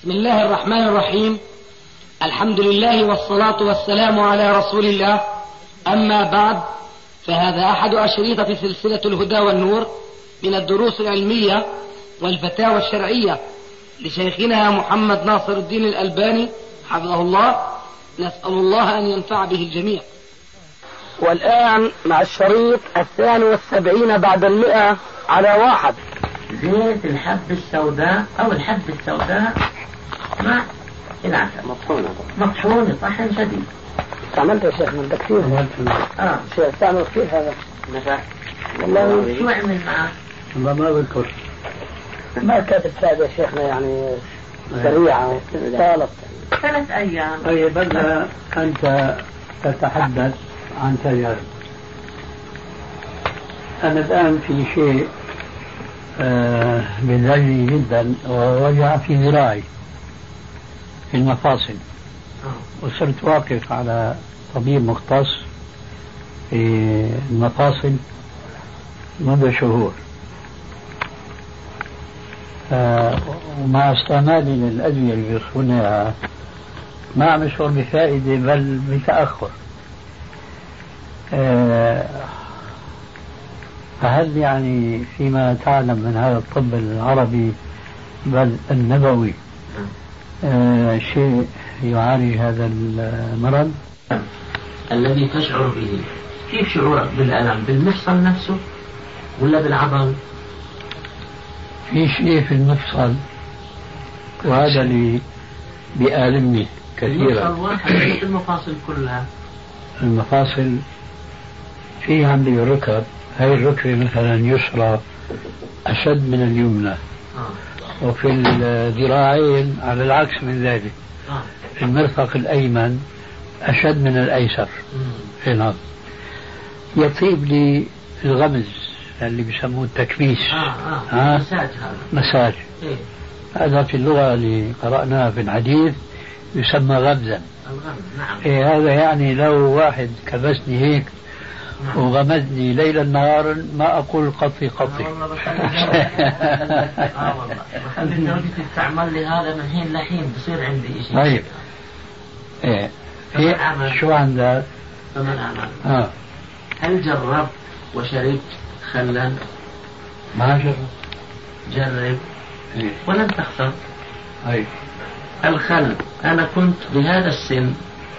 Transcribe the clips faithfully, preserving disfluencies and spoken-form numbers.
بسم الله الرحمن الرحيم. الحمد لله والصلاة والسلام على رسول الله. أما بعد، فهذا أحد أشريطة سلسلة الهدى والنور من الدروس العلمية والفتاوى الشرعية لشيخنا محمد ناصر الدين الألباني حفظه الله. نسأل الله أن ينفع به الجميع. والآن مع الشريط الثاني والسبعين بعد المئة على واحد. زيت الحب السوداء أو الحب السوداء مع العسل مطحونة مطحونة طحن شديد. استعملت يا شيخ من كثير. اه شيخ استعمل كثير هذا. نفع. والله شو عمل معه؟ والله ما بذكر. ما كانت السادة يا شيخنا يعني سريعة طالت ثلاث أيام. طيب بدأ أنت تتحدث عن تجارب. أنا الآن في شيء آه بيزعجني جدا ووجع في ذراعي في المفاصل. وصرت واقف على طبيب مختص في المفاصل منذ شهور، آه ومع استعمالي للأدوية اللي بيصونها ما عم يشعر بفائدة بل بتأخر. آه فهل يعني فيما تعلم من هذا الطب العربي بل النبوي آه شيء يعالج هذا المرض؟ الذي تشعر به، كيف شعورك بالألم؟ بالمفصل نفسه ولا بالعضل؟ في شيء في المفصل وهذا اللي بيألمني كثيرا. المفصل واحد في المفاصل كلها. المفاصل في عندي الركب، هاي الركبة مثلا يسرى أشد من اليمنى. آه. وفي الذراعين على العكس من ذلك. آه. في المرفق الأيمن أشد من الأيسر. هنا يطيب لي الغمز اللي بيسموه التكبيس. آه آه. آه. مساج هذا. مساج. إيه؟ هذا في اللغة اللي قرأناها في الحديث يسمى غمزا. الغمز نعم. إيه هذا يعني لو واحد كبسني هيك نعم. وغمزني ليلا نهارا ما أقول قطي قطي. آه والله آه والله بخلي زوجتي تستعمل لي هذا من حين لحين بصير عندي شيء. طيب إيه في شو عندك؟ فمن أعمل. آه. هل جربت وشربت خلا؟ ما جرب. جرب. إيه. ولم تخسر. أي. الخل أنا كنت بهذا السن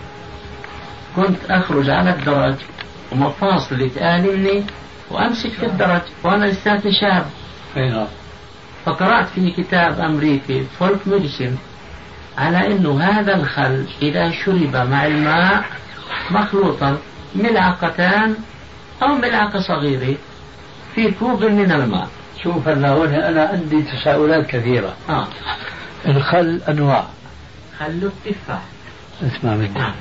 كنت أخرج على الدرج ومفاصلي تآلمني وأمسك في الدرج وأنا لساتني شاب. أي. فقرأت في كتاب أمريكي فولك ميديسين على أنه هذا الخل إذا شرب مع الماء مخلوطا ملعقتان أو ملعقة صغيرة في كوب من الماء. شوف هلا هون أنا عندي تساؤلات كثيرة. آه. الخل أنواع. خل التفاح. اسمع مني. آه.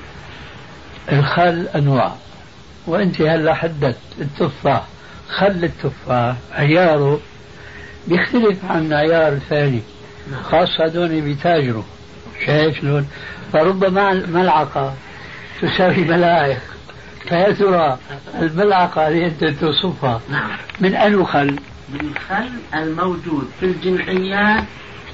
الخل أنواع، وأنت هلا حددت التفاح. خل التفاح عياره بيختلف عن عيار الثاني. نعم. خاصة دوني بيتاجروا، شايف شلون؟ فربما ملعقة تساوي ملاعق. فيا ترى الملعقة اللي أنت توصفها نعم. من أنو خل؟ من الخل الموجود في الجمعيات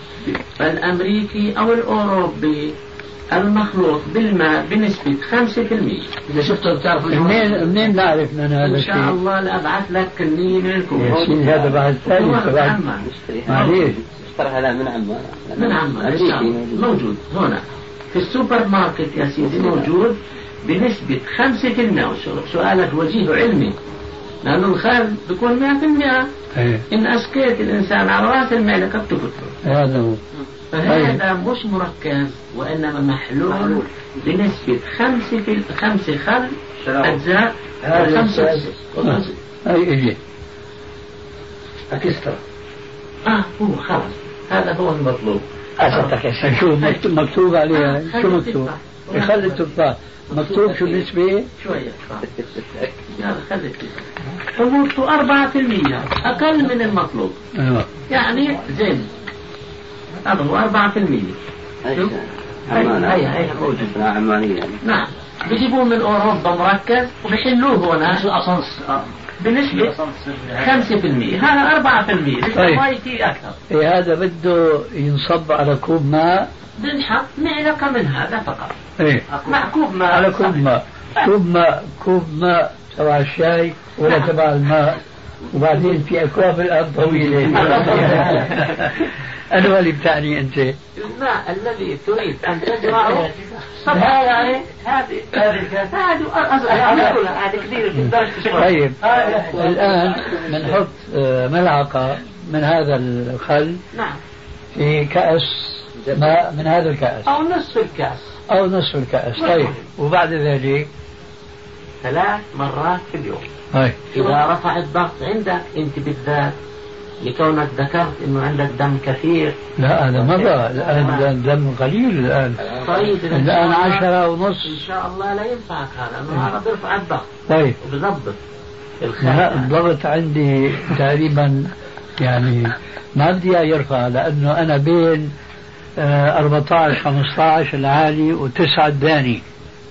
الأمريكي أو الأوروبي المخلوط بالماء بنسبة خمسة في المية. إذا شفته بتعرف منين منين نعرف من هذا الشيء؟ إن شاء الله لأبعث لك كنية منكم. يا سيدي هذا بعد ثاني بعد. معليش. اشترى هذا من عمان. من عمان موجود هنا في السوبر ماركت يا سيدي، موجود بنسبة خمسة في المية. سؤالك وجيه علمي، لأنه الخل بيكون مئة في المئة. إن أسكيت الإنسان على رأس المعدة قد تفطر. هذا هو. فهذا مش مركز وإنما محلول بنسبة خمسة في خمسة خل أجزاء خمسة. أي إجي. أكسترا. آه هو خلاص هذا هو المطلوب. أصدقك يا شيخ. شو مكتوب عليها؟ شو مكتوب؟ خل التفاح مكتوب شو النسبة؟ شوية. هذا خل التفاح. حموضته أربعة في المية أقل من المطلوب. أيوة. يعني زين. هذا هو أربعة في المية. هاي هاي موجود. عمانية. نعم. بيجيبوه من أوروبا مركز وبيحلوه هنا. أصلا بنسبة خمسة بالمئة، هذا أربعة بالمئة، طيب. ميتي أكثر. إيه هذا بده ينصب على كوب ماء، بنحط معلقة من هذا فقط. إيه مع كوب ماء، على كوب ماء، كوب ماء كوب ماء تبع الشاي ولا نعم. تبع الماء، وبعدين في أكواب الآن طويلة. أنا اللي بتعني أنت الماء الذي تريد أن تزرعه طبعا يعني هذه هذه هذه كثير في درجة. طيب الآن بنحط ملعقة من هذا الخل نعم في كأس ماء من هذا الكأس أو نصف الكأس أو نصف الكأس. طيب وبعد ذلك ثلاث مرات في اليوم. هاي. إذا رفع الضغط عندك أنت بالذات لكونك ذكرت إنه عندك دم كثير. لا هذا مضى، الآن الدم قليل الآن. طيب الآن عشرة ونص إن شاء الله لا ينفعك هذا، لأنه هذا بيرفع الضغط. طيب وبضبط لا الضغط عندي تقريبا يعني ما بدي يرفع، لأنه أنا بين أربعة عشر خمسة عشر العالي وتسعة الداني.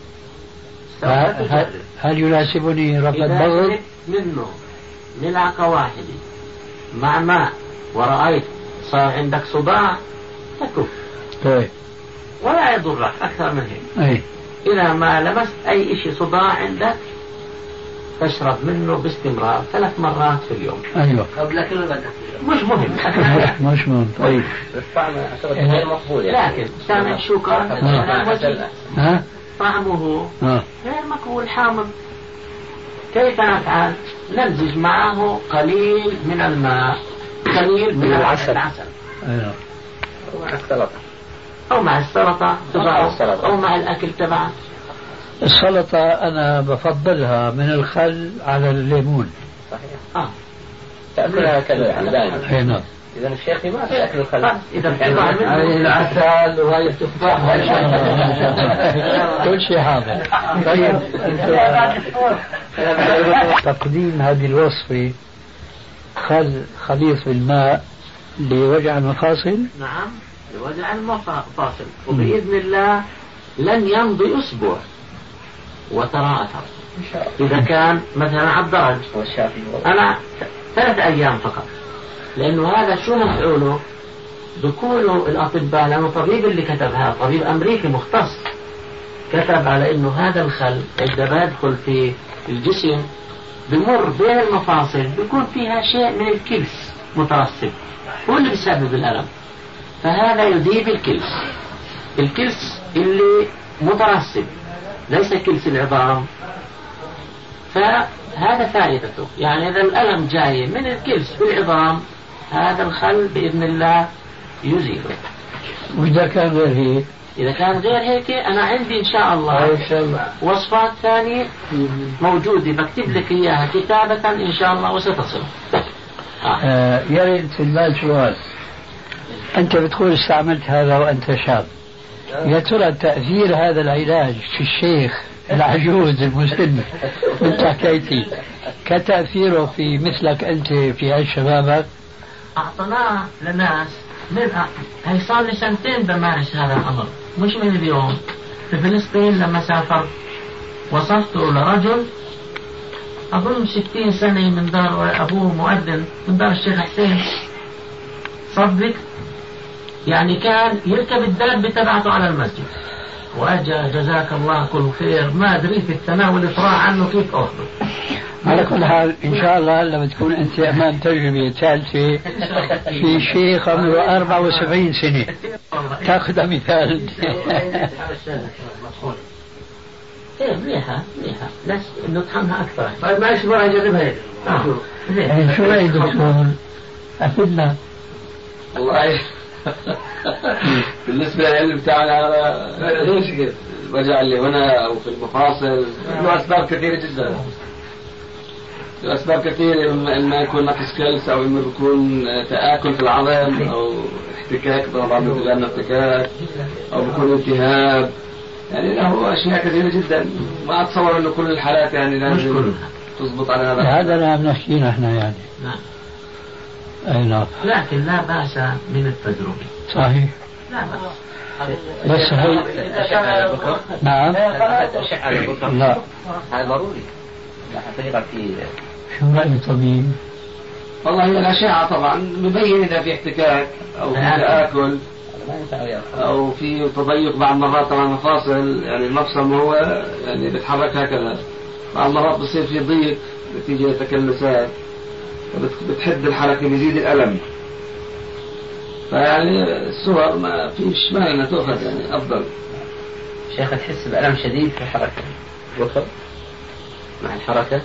هل, هل يناسبني رفع الضغط؟ منه ملعقة واحدة مع ماء ورأيت صار عندك صداع تكف. طيب ولا يضرك أكثر من هيك. أي. إذا ما لمست أي شيء صداع عندك تشرب منه باستمرار ثلاث مرات في اليوم. أيوة. قبل كل بدك مش مهم. مش مهم. طيب. غير مقبول يعني. لكن سامع شوكر ها؟ طعمه ها. غير مقبول حامض. كيف نفعل؟ نمزج معه قليل من الماء، قليل من العسل. العسل. أيوة. مع السلطة أو مع السلطة أو مع الأكل تبعه. السلطة أنا بفضلها من الخل على الليمون. صحيح. آه. تأكلها كذا يعني دائما. هنا. إذا الشيخ ما تأكل الخل. إذا بتطلع منه العسل وهي التفاح. كل شيء حاضر. طيب تقديم هذه الوصفة خل خليط بالماء لوجع المفاصل. نعم لوجع المفاصل، وبإذن الله لن يمضي أسبوع وترى أثر. إذا كان مثلا على الدرج أنا ثلاث أيام فقط، لأنه هذا شو مفعوله بيقولوا الأطباء، لأنه الطبيب اللي كتبها طبيب أمريكي مختص كتب على إنه هذا الخل عندما يدخل في الجسم بمر بين المفاصل بيكون فيها شيء من الكلس مترسب، هو اللي بيسبب الألم، فهذا يذيب الكلس. الكلس اللي مترسب ليس كلس العظام، فهذا فائدته. يعني إذا الألم جاي من الكلس بالعظام هذا الخل بإذن الله يزيله. وإذا كان غير هيك؟ إذا كان غير هيك أنا عندي إن شاء الله وصفات ثانية موجودة بكتب لك إياها كتابة إن شاء الله وستصل. آه. آه يا ريت في البال سؤال، أنت بتقول استعملت هذا وأنت شاب، يا ترى تأثير هذا العلاج في الشيخ العجوز المسن مثل حكايتي كتأثيره في مثلك أنت في هاي شبابك؟ أعطناه لناس من هي صار لي سنتين بمارس هذا الأمر مش من اليوم. في فلسطين لما سافرت وصلت لرجل أظن ستين سنة من دار أبوه مؤذن من دار الشيخ حسين، صدق يعني كان يركب الدابة تبعته على المسجد، وأجا جزاك الله كل خير ما أدري في التناول إفراع عنه كيف أخبر. على كل حال إن شاء الله لما تكون أنت أمام تجربة ثالثة في شيخ عمره أربعة وسبعين سنة تأخذ مثال. إيه منيحة منيحة بس نطحنها أكثر. طيب ما يشبه أجربها هيك. آه. شو رأيك دكتور؟ أفدنا. والله بالنسبة للعلم بتاعنا هذا ليش كده وجع اللي هنا أو في المفاصل له أسباب كثيرة جدا. له أسباب كثيرة، إما يكون نقص كلس أو إما يكون تآكل في العظم أو احتكاك طبعا مثل احتكاك أو بيكون التهاب، يعني له أشياء كثيرة جدا. ما أتصور إنه كل الحالات يعني لازم تضبط على هذا. هذا لا بنحكي نحن يعني. نعم. أي نعم. لكن لا بأس من التجربة. صحيح. لا بأس. بس هي نعم. أشعة البكر. لا. هذا ضروري. لا حتى يقع في شو رأي الطبيب؟ والله هي الأشعة طبعا مبين إذا في احتكاك أو في تآكل أو في تضيق بعض مرات طبعا مفاصل، يعني المفصل ما هو يعني بيتحرك هكذا، بعض مرات بصير في ضيق نتيجة تكلسات بتحد الحركة بيزيد الألم. فيعني الصور ما فيش مانع انها تؤخذ يعني افضل. شيخ تحس بألم شديد في الحركة وقف مع الحركة؟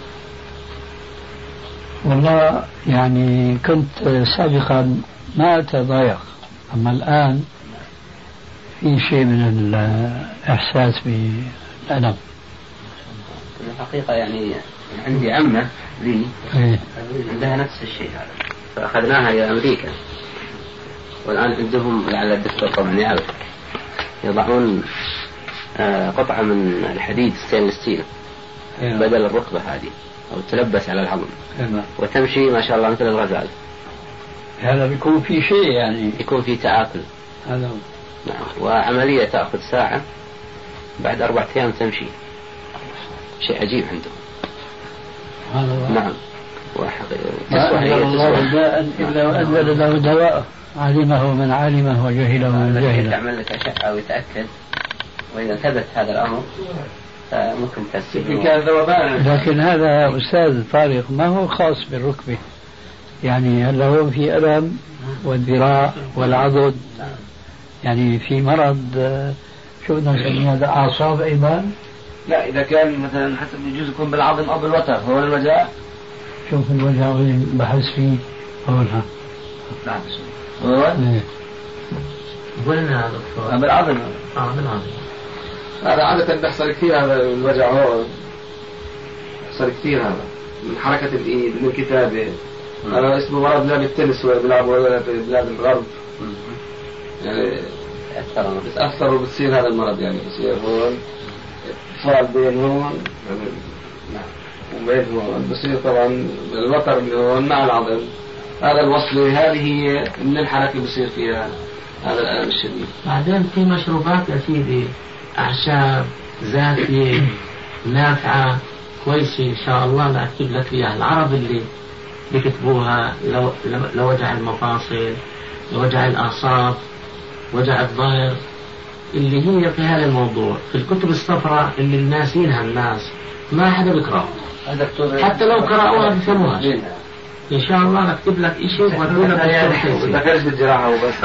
والله يعني كنت سابقا ما أتضايق، أما الآن في شيء من الإحساس بالألم. الحقيقة يعني عندي عمة لي إيه؟ عندها نفس الشيء هذا، فأخذناها إلى أمريكا، والآن عندهم لعل الدكتور طبعا يعرف يضعون آه قطعة من الحديد ستينلس ستيل بدل الركبة هذه، أو تلبس على العظم وتمشي ما شاء الله مثل الغزال. هذا بيكون في شيء يعني يكون في تآكل هذا. نعم، وعملية تأخذ ساعة، بعد أربعة أيام تمشي. شيء عجيب عندهم. نعم، ما أنزل الله داء إلا وأنزل له دواء، علمه من علمه وجهله من جهله. تعمل لك أشعة ويتأكد، وإذا ثبت هذا الأمر فممكن تسيب. لكن هذا أستاذ طارق ما هو خاص بالركبة، يعني هلا هو في ألم والذراع والعضد، يعني في مرض شو بدنا نسميه هذا، أعصاب أيضا. لا إذا كان مثلا حسب يجوز يكون بالعظم أو بالوتر. هو الوجع شوف الوجع وين بحس فيه هونها. نعم هو قلنا بالعظم. اه بالعظم. هذا عادة بيحصل كثير، هذا الوجع هو بيحصل كثير، هذا من حركة الإيد من الكتابة. هذا اسمه مرض لعب التنس وبيلعبوا في بلاد الغرب، يعني بتأثر وبتصير هذا المرض، يعني بصير هون اتصال بين هون وبين هون، بصير طبعا الوتر من هون مع العظم، هذا الوصلة هذه هي من الحركة بصير فيها هذا الألم الشديد. بعدين في مشروبات يا سيدي، أعشاب زاكية نافعة كويسة إن شاء الله، لا أكتب لك إياها. العرب اللي بيكتبوها لو لوجع المفاصل، لوجع الأعصاب، وجع الظهر، اللي هي في هذا الموضوع في الكتب الصفراء اللي الناس ينهى الناس ما حدا بيقرأ، حتى لو قرأوها بيفهموها. إن شاء الله نكتب لك إشي وأقول لك ما ذكرش بالجراحة وبس.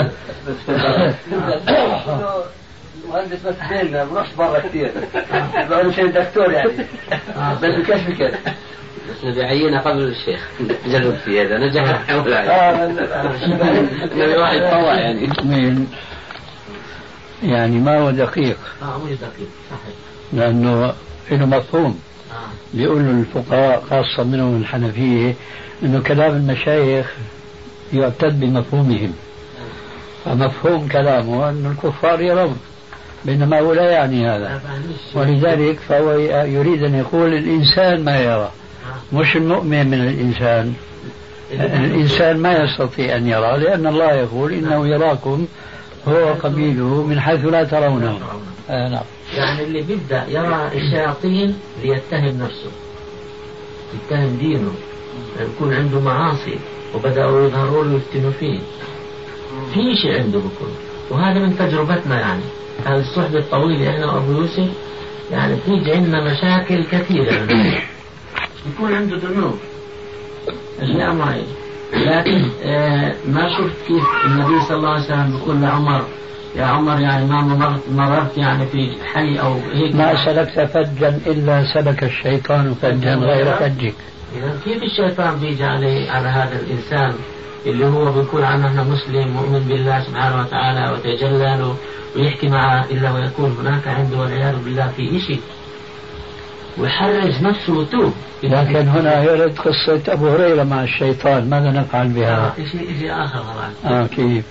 مهندس مسكين بروحش برا كثير، بقول شيء دكتور يعني بل بكشف كده. بس نبي عينه قبل الشيخ جرب في هذا نجح ولا نبي واحد يتطوع يعني. من يعني ما هو دقيق، اه مش دقيق صحيح، لأنه له مفهوم. بيقولوا الفقهاء خاصة منهم الحنفية إنه كلام المشايخ يعتد بمفهومهم، فمفهوم كلامه أن الكفار يرون، بينما هو لا يعني هذا، ولذلك فهو يريد أن يقول الإنسان ما يرى، مش المؤمن من الإنسان. الإنسان ما يستطيع أن يرى، لأن الله يقول إنه يراكم هو قبيله من حيث لا ترونه. آه نعم. يعني اللي بيبدأ يرى الشياطين ليتهم نفسه، يتهم دينه، يكون عنده معاصي وبدأوا يظهروا له يفتنوا فيه، في شيء عنده بكل. وهذا من تجربتنا، يعني هذه الصحبة الطويلة أنا وأبو يوسف، يعني تيجي عندنا مشاكل كثيرة يكون عنده ذنوب أشياء معينة، لكن آه ما شفت كيف النبي صلى الله عليه وسلم بيقول لعمر يا عمر يعني ما مررت, مررت يعني في حي أو هيك، ما سلكت فجا إلا سلك الشيطان فجا غير فجك. إذا كيف الشيطان بيجي على على هذا الإنسان اللي هو بيقول عنه أنه مسلم مؤمن بالله سبحانه وتعالى وتجلى له ويحكي معه، إلا ويكون هناك عنده والعياذ بالله في إشي ويحرج نفسه وتوب. لكن هنا يرد قصة أبو هريرة مع الشيطان، ماذا نفعل بها؟ آه إشي إشي آخر طبعا. آه كيف؟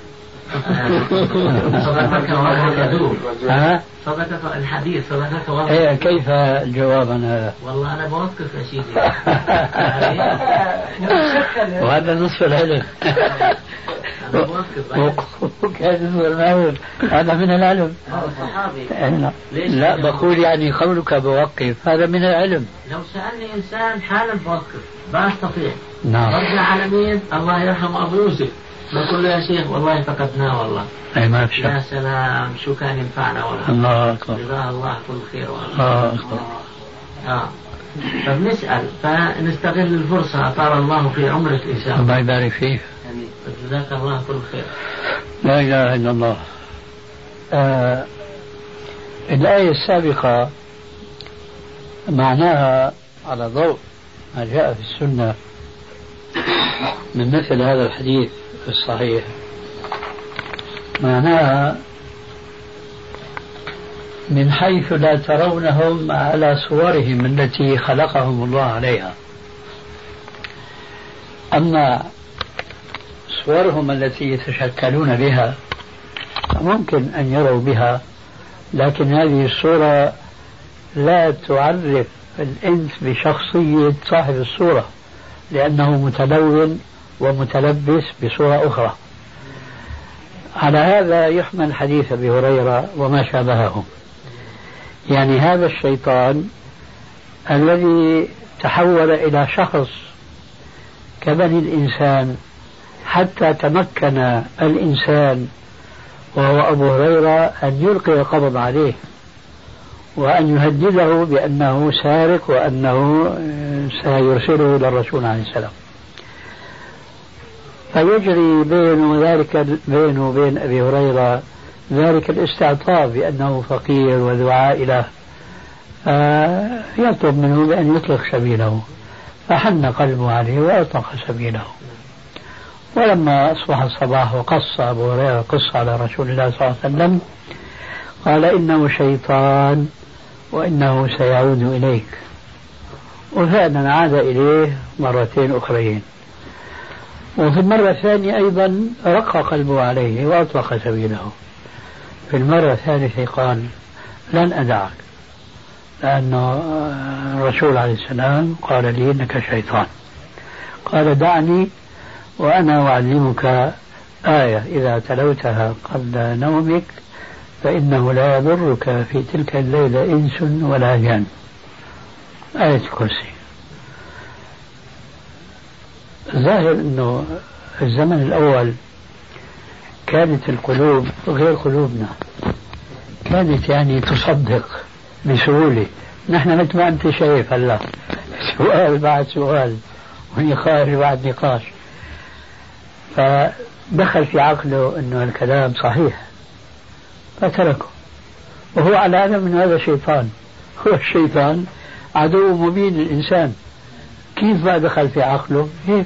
صدقك وهو كذوب. ها؟ صدقك الحديث صدقك وهو. إيه كيف الجواب عن هذا؟ والله أنا بوقف يا سيدي. وهذا نصف العلم. وكان هذا من العلم. لا بقول يعني قولك بوقف هذا من العلم. لو سألني إنسان حالا بوقف ما أستطيع. نعم. رجع على مين؟ الله يرحم أبو يوسف. بقول له يا شيخ والله فقدناه والله. أي ما في شك. يا سلام شو كان ينفعنا والله. الله أكبر. جزاه الله كل خير والله. الله أكبر. آه. فبنسأل فنستغل الفرصة أطال الله في عمرك إن شاء الله. الله يبارك فيك. جزاك الله كل خير. لا إله إلا الله. آه الآية السابقة معناها على ضوء ما جاء في السنة من مثل هذا الحديث الصحيح معناها من حيث لا ترونهم على صورهم التي خلقهم الله عليها. أما صورهم التي يتشكلون بها ممكن أن يروا بها، لكن هذه الصورة لا تعرف الإنس بشخصية صاحب الصورة، لأنه متلون ومتلبس بصورة أخرى. على هذا يحمل حديث أبي هريرة وما شابهه. يعني هذا الشيطان الذي تحول إلى شخص كبني الإنسان حتى تمكن الإنسان وهو أبو هريرة أن يلقي القبض عليه وأن يهدده بأنه سارق وأنه سيرسله للرسول عليه السلام. فيجري بينه ذلك بينه وبين أبي هريرة ذلك الاستعطاف بأنه فقير وذو عائلة، يطلب منه بأن يطلق سبيله، فحن قلبه عليه وأطلق سبيله. ولما أصبح الصباح وقص أبو هريرة قصة على رسول الله صلى الله عليه وسلم قال إنه شيطان وإنه سيعود إليك، وفعلا عاد إليه مرتين أخرين، وفي المرة الثانية أيضا رق قلبه عليه وأطلق سبيله. في المرة الثالثة قال لن أدعك، لأن الرسول عليه السلام قال لي إنك شيطان. قال دعني وأنا أعلمك آية إذا تلوتها قبل نومك فإنه لا يضرك في تلك الليلة إنس ولا جان. آية الكرسي. ظاهر أنه الزمن الأول كانت القلوب غير قلوبنا، كانت يعني تصدق بسهولة. نحن مثل ما أنت شايف هلا سؤال بعد سؤال ونقاش بعد نقاش، فدخل في عقله أنه الكلام صحيح فتركه، وهو على علم من هذا الشيطان. هو الشيطان عدو مبين للإنسان، كيف ما دخل في عقله هيك.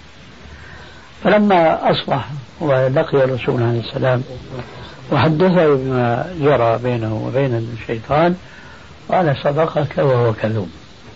فلما أصبح ولقي الرسول عليه السلام وحدثه بما جرى بينه وبين الشيطان قال صدقك وهو كذوب.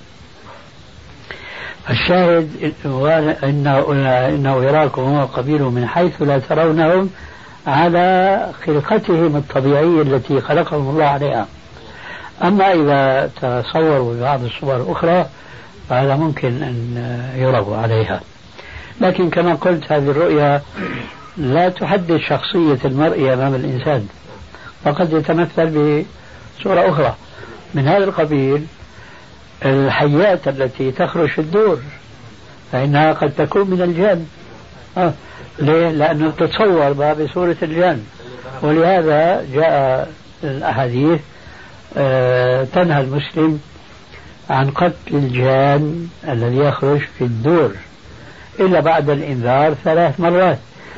الشاهد إنه, إنه يراكم هو قبيله من حيث لا ترونهم على خلقتهم الطبيعية التي خلقهم الله عليها. أما إذا تصوروا ببعض الصور الأخرى فهذا ممكن أن يروا عليها. لكن كما قلت هذه الرؤيا لا تحدد شخصية المرء أمام الإنسان، وقد يتمثل بصورة أخرى من هذا القبيل. الحيات التي تخرج في الدور فإنها قد تكون من الجان. آه. ليه؟ لأنه تتصور بصورة الجان، ولهذا جاء الأحاديث آه تنهى المسلم عن قتل الجان الذي يخرج في الدور إلا بعد الإنذار ثلاث مرات.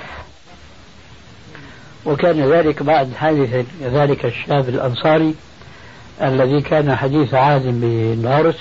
وكان ذلك بعد حادث ذلك الشاب الأنصاري الذي كان حديث عهد بالنارس،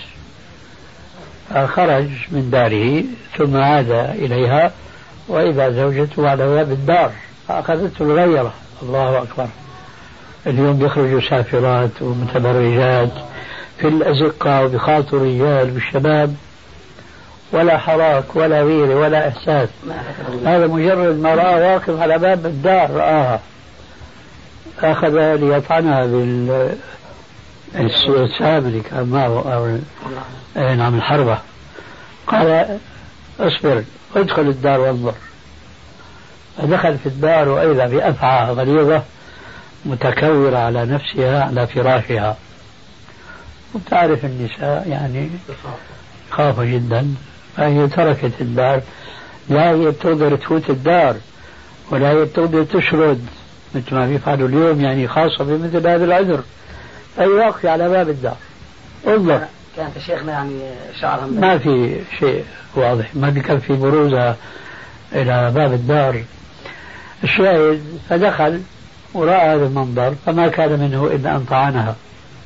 خرج من داره ثم عاد إليها وإذا زوجته على باب الدار فأخذته الغيرة. الله أكبر. اليوم يخرجوا سافرات ومتبرجات في الأزقة وبخاطر الرجال والشباب، ولا حراك ولا غيرة ولا إحساس. هذا مجرد ما رأى واقف على باب الدار رآها، أخذ ليطعنها بال السهم اللي كان معه أو نعم الحربة. قال اصبر ادخل الدار وانظر. فدخل في الدار وإذا بأفعى غليظة متكورة على نفسها على فراشها. وتعرف النساء يعني خافوا جدا، فهي تركت الدار. لا هي بتقدر تفوت الدار ولا هي بتقدر تشرد مثل ما بيفعلوا اليوم، يعني خاصة بمثل هذا العذر، أي واقف على باب الدار. انظر كانت شيخنا يعني شعرها ما في شيء واضح، ما بكفي بروزها إلى باب الدار. الشاهد فدخل ورأى هذا المنظر فما كان منه إلا أن طعنها.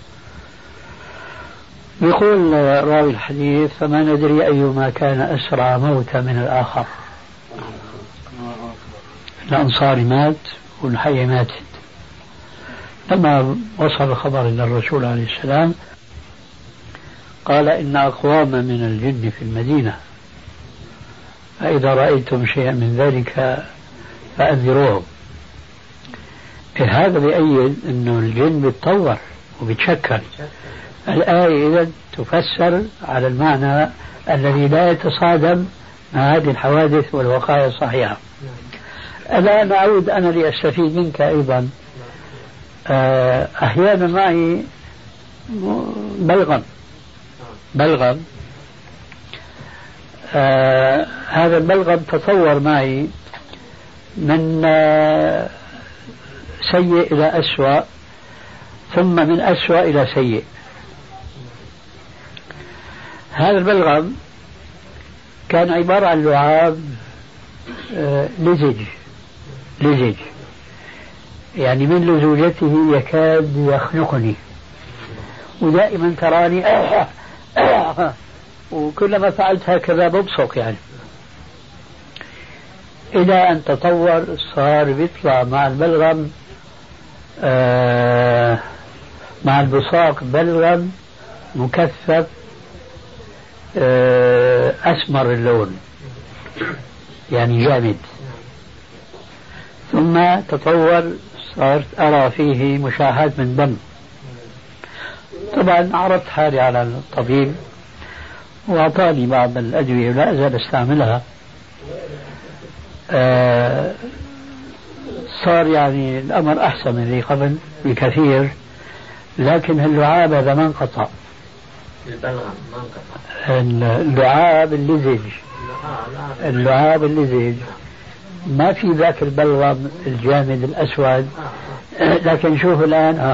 يقول راوي الحديث فما ندري أيما كان أسرع موتا من الآخر. الأنصاري مات والحي ماتت. لما وصل الخبر إلى الرسول عليه السلام قال إن أقواما من الجن في المدينة فإذا رأيتم شيئا من ذلك فأنذروهم. هذا بيؤيد أنه الجن بيتطور وبيتشكل. الآية إذا تفسر على المعنى الذي لا يتصادم مع هذه الحوادث والوقائع الصحيحة. الآن أعود أنا لأستفيد منك أيضا. أحيانا معي بلغم بلغم آه هذا البلغم تطور معي من آه سيء إلى أسوأ، ثم من أسوأ إلى سيء. هذا البلغم كان عبارة عن لعاب آه لزج لزج يعني من لزوجته يكاد يخنقني، ودائما تراني وكلما فعلت هكذا ببصق يعني، إلى أن تطور صار بيطلع مع البلغم آه مع البصاق بلغم مكثف آه أسمر اللون يعني جامد. ثم تطور صارت أرى فيه مشاحات من دم. طبعا عرضت حالي على الطبيب وأعطاني بعض الأدوية لا أزال أستعملها. آه صار يعني الأمر أحسن من ذي قبل بكثير، لكن اللعاب هذا ما انقطع. اللعاب اللزج اللعاب اللزج ما في ذاك البلغم الجامد الأسود. لكن شوف الآن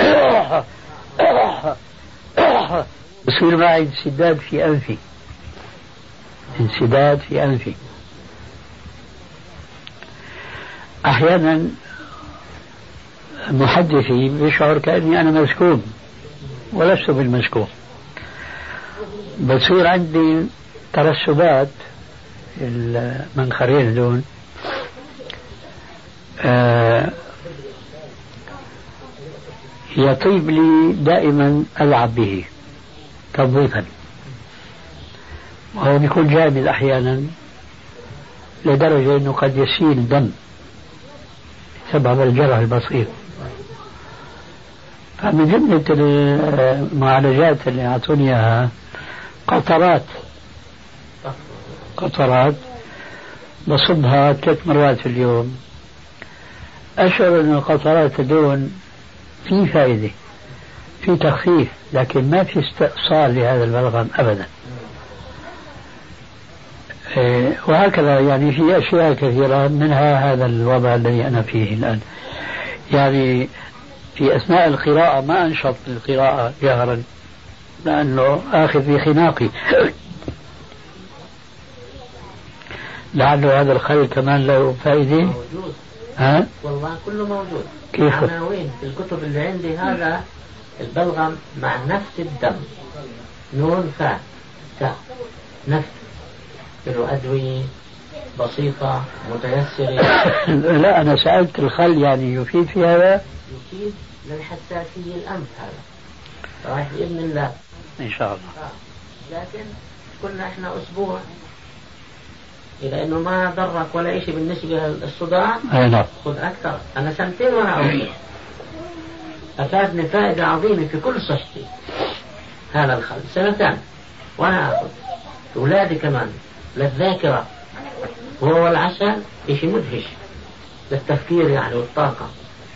يصير معي انسداد في أنفي انسداد في أنفي أحيانا محدثي بيشعر كأني أنا مسكوم ولست بالمسكوم. بصير عندي ترسبات المنخرين دون آه يطيب لي دائما ألعب به تنظيفا، وهو يكون جامد أحيانا لدرجة أنه قد يسيل دم سبب الجرح البسيط. فمن جملة المعالجات اللي أعطوني إياها قطرات قطرات بصبها ثلاث مرات في اليوم. أشعر أن القطرات دون في فائدة في تخفيف، لكن ما في استئصال لهذا البلغم أبدا. وهكذا يعني في أشياء كثيرة منها هذا الوضع الذي أنا فيه الآن. يعني في أثناء القراءة ما أنشط القراءة جهرا لأنه آخذ بخناقي. لعله هذا الخير كمان له فائدة. موجود. ها؟ والله كله موجود. كيف؟ عناوين في الكتب اللي عندي هذا البلغم مع نفس الدم نون فاء تاء نفس له أدوية بسيطة متيسرة. لا أنا سألت الخل يعني يفيد في هذا؟ يفيد للحساسية الأنف هذا رايح بإذن الله إن شاء الله. آه. لكن كنا إحنا أسبوع إلى أنه ما ضرك ولا شيء بالنسبة للصداع. أي نعم. خذ أكثر. أنا سنتين وأنا أخذ أفادني فائدة عظيمة في كل صحتي هذا الخل سنتين وأنا أخذ. أولادي كمان للذاكرة وهو العسل شيء مدهش. للتفكير يعني والطاقة.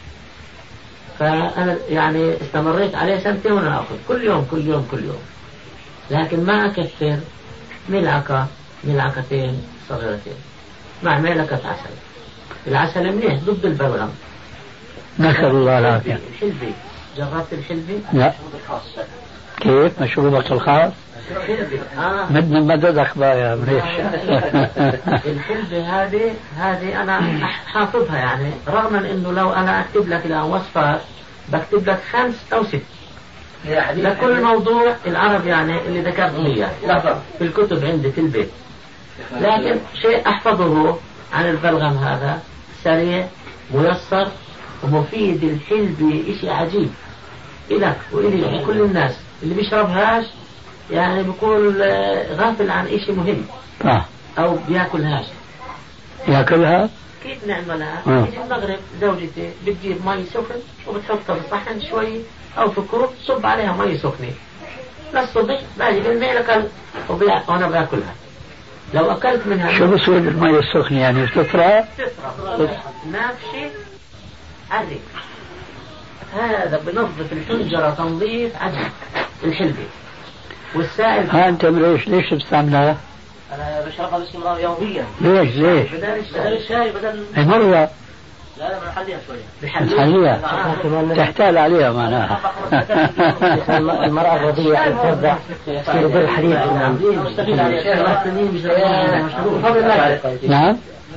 فأنا يعني استمريت عليه سنتين وأنا أخذ كل يوم كل يوم كل يوم، لكن ما أكثر، ملعقة ملعقتين صغيرتين مع ملعقة عسل. العسل منيح ضد البلغم. نسأل الله العافية. الحلبي، جربت الحلبي؟ لا. كيف مشروبك الخاص؟ الحلبي آه. بدنا مددك بقى يا مريش. الحلبي هذه هذه أنا حافظها يعني، رغم إنه لو أنا أكتب لك الآن وصفات بكتب لك خمس أو ست لكل موضوع العرب يعني اللي ذكرت إياه في الكتب عندي في البيت. لكن شيء أحفظه عن البلغم هذا سريع ميسر ومفيد. الحلبي إشي عجيب إلك وإلي كل الناس اللي بيشربهاش يعني بيكون غافل عن إشي مهم آه. أو بياكلهاش. ياكلها؟ كيف نعملها؟ آه. في المغرب زوجتي بتجيب مي سخن وبتحطها في صحن شوي أو في كرب تصب عليها مي سخنة للصبح، باجي بالميلة وأنا باكلها. لو أكلت منها شو بصير المي السخنة يعني تطرى؟ تطرى نافشة عرق. هذا بنظف الحنجرة تنظيف عجيب الحلبي. والسائل ها أنت مريش ليش بتستعملها؟ أنا بشربها باستمرار يوميا. ليش ليش؟ بدل الشاي, الشاي بدل مرة لا لا بنحليها شوية. بنحليها تحتال عليها معناها. المرأة الرضيعة الفرزة تصير بالحليب. نعم.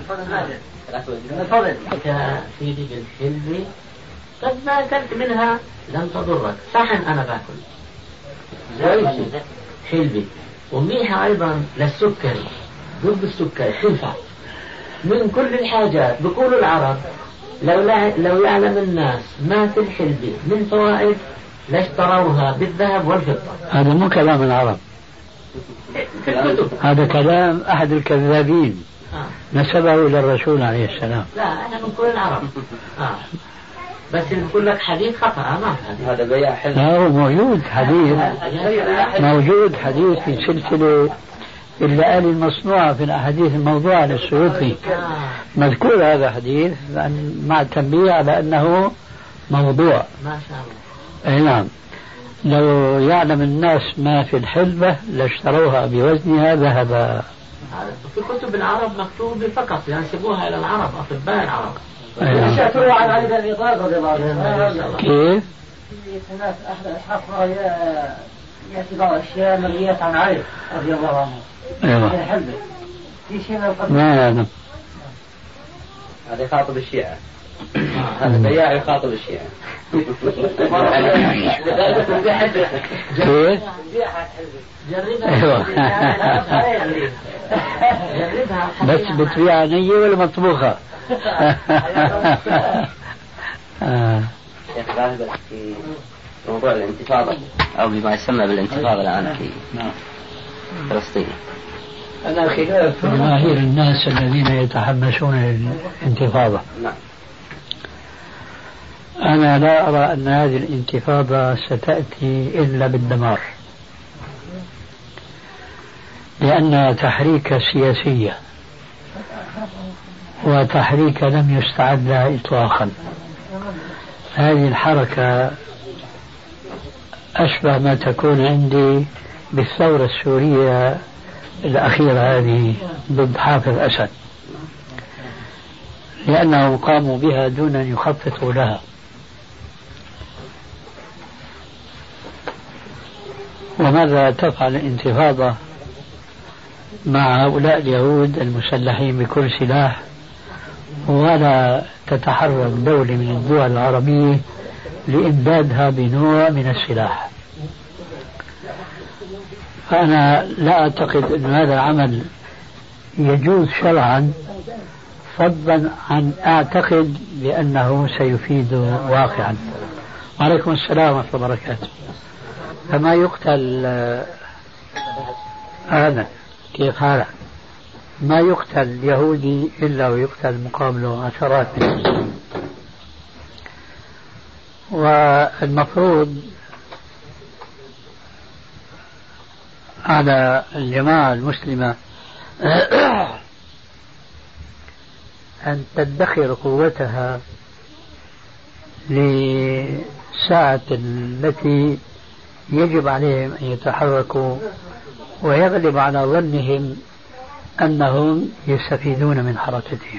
تفضل يا سيدي بالحلبي قد ما أكلت منها لم تضرك. صحن أنا باكل زوجي حلبي وميحة أيضا للسكري ضد السكري تنفع من كل الحاجات. بيقولوا العرب لو, لو يعلم الناس ما في الحلبي من فوائد لاشتروها بالذهب والفضة. هذا مو كلام العرب، في الكتب. هذا كلام أحد الكذابين آه. نسبه إلى الرسول عليه السلام. لا أنا من كل العرب آه. بس اللي بقول لك حديث خطأ ما حديث. هذا بياع حلم. لا هو موجود حديث موجود حديث في سلسلة اللآلي المصنوعة في الأحاديث الموضوعة للسيوطي مذكور هذا حديث مع التنبيه على أنه موضوع. ما شاء الله. أي نعم. لو يعلم الناس ما في الحلبة لاشتروها بوزنها ذهبا. في كتب العرب مكتوب فقط ينسبوها إلى العرب أطباء العرب. تروى عن علي بن طالب رضي الله عنه. كيف؟ هناك أحد أصحاب يأتي بعض الأشياء مرويات عن علي رضي الله عنه. أيوة. في شيء من القبل. ما يعلم. هذا يخاطب الشيعة. هذا بياع يخاطب الشيعة. كيف؟ جربها. بس بتبيع نية ولا مطبوخة؟ شيخ غالبا في موضوع الانتفاضة أو بما يسمى بالانتفاضة الآن في فلسطين. أنا خلاف جماهير الناس الذين يتحمسون الانتفاضة. نعم. أنا لا أرى أن هذه الانتفاضة ستأتي إلا بالدمار، لأنها تحريك سياسية وتحريك لم يستعد لها إطلاقا. هذه الحركة أشبه ما تكون عندي بالثورة السورية الأخيرة هذه ضد حافظ أسد، لأنهم قاموا بها دون أن يخططوا لها. وماذا تفعل الانتفاضة مع هؤلاء اليهود المسلحين بكل سلاح ولا تتحرك دولة من الدول العربية لإمدادها بنوع من السلاح؟ فأنا لا أعتقد أن هذا العمل يجوز شرعا، فضلا عن أعتقد بأنه سيفيد واقعا. وعليكم السلام ورحمة الله وبركاته. فما يقتل هذا كيف حالك؟ ما يقتل يهودي إلا ويقتل مقابله عشرات من المسلمين. والمفروض على الجماعة المسلمة أن تدخر قوتها لساعة التي يجب عليهم أن يتحركوا ويغلب على ظنهم أنهم يستفيدون من حركتهم.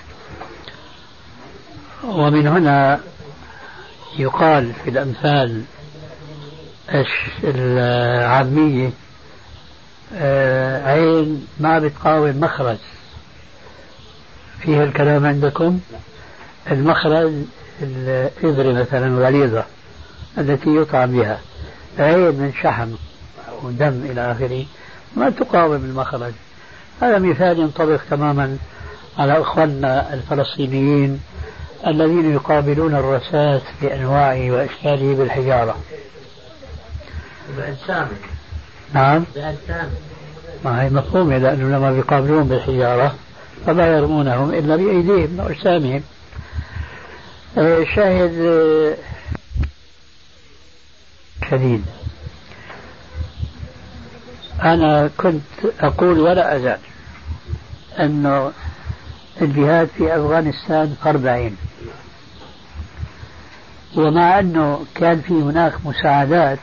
ومن هنا يقال في الأمثال العامية عين ما بتقاوم مخرج. فيها الكلام عندكم المخرج الإبرة مثلا غليظة التي يطعم بها، عين من شحم ودم إلى آخره ما تقاوم المخرج. هذا مثال ينطبق تماما على أخواننا الفلسطينيين الذين يقابلون الرصاص بأنواعه وأشكاله بالحجارة. بأجسامه. نعم. بأجسامه. ما هي مفهومة، لأنه لما بيقابلون بالحجارة فلا يرمونهم إلا بأيديهم وأجسامهم. شاهد شديد. أنا كنت أقول ولا أزال أنه الجهاد في أفغانستان فرض عين، ومع أنه كان في هناك مساعدات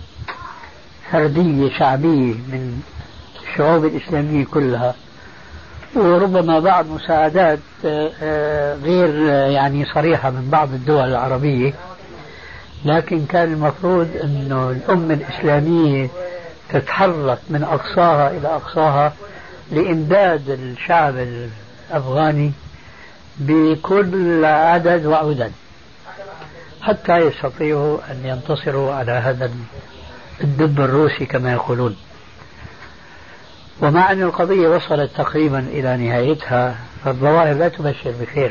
فردية شعبية من الشعوب الإسلامية كلها، وربما بعض مساعدات غير يعني صريحة من بعض الدول العربية، لكن كان المفروض أنه الأمة الإسلامية تتحرك من أقصاها إلى أقصاها لإمداد الشعب الأفغاني بكل عدد وعدد حتى يستطيعوا أن ينتصروا على هذا الدب الروسي كما يقولون. ومع أن القضية وصلت تقريبا إلى نهايتها فالظواهر لا تبشر بخير.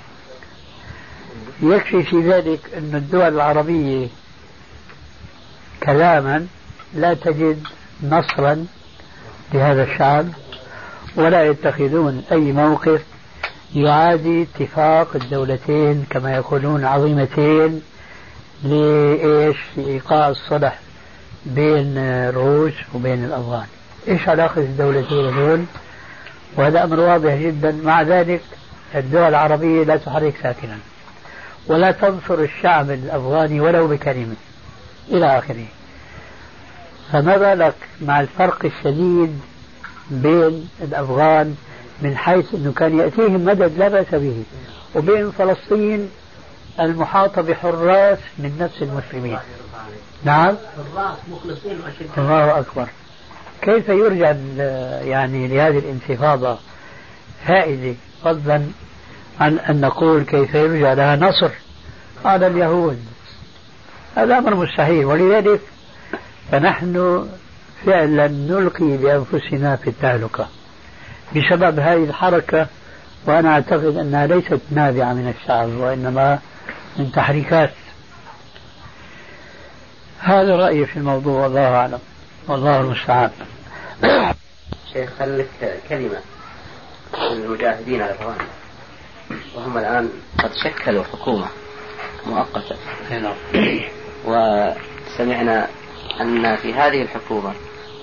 يكفي في ذلك أن الدول العربية كلاما لا تجد نصرا لهذا الشعب ولا يتخذون أي موقف يعادي اتفاق الدولتين كما يقولون عظيمتين لإيش إيقاع الصلح بين الروس وبين الأفغان. إيش علاقة الدولتين هذول؟ وهذا أمر واضح جدا. مع ذلك الدول العربية لا تحرك ساكنا ولا تنصر الشعب الأفغاني ولو بكلمة إلى آخره. فما بالك مع الفرق الشديد بين الأفغان من حيث أنه كان يأتيهم مدد لا بأس به، وبين فلسطين المحاطة بحراس من نفس المسلمين. نعم. حراس مخلصين وأشداء. الله أكبر. كيف يرجع يعني لهذه الانتفاضة فائدة فضلا عن أن نقول كيف يرجع لها نصر على اليهود؟ هذا أمر مستحيل. ولذلك فنحن فعلا نلقي بأنفسنا في التهلكة بسبب هذه الحركة، وأنا أعتقد أنها ليست نابعة من الشعب وإنما من تحريكات. هذا رأيي في الموضوع والله أعلم والله المستعان. شيخ خلك كلمة للمجاهدين الأفغان، وهم الآن قد شكلوا حكومة مؤقتة، وسمعنا أن في هذه الحكومة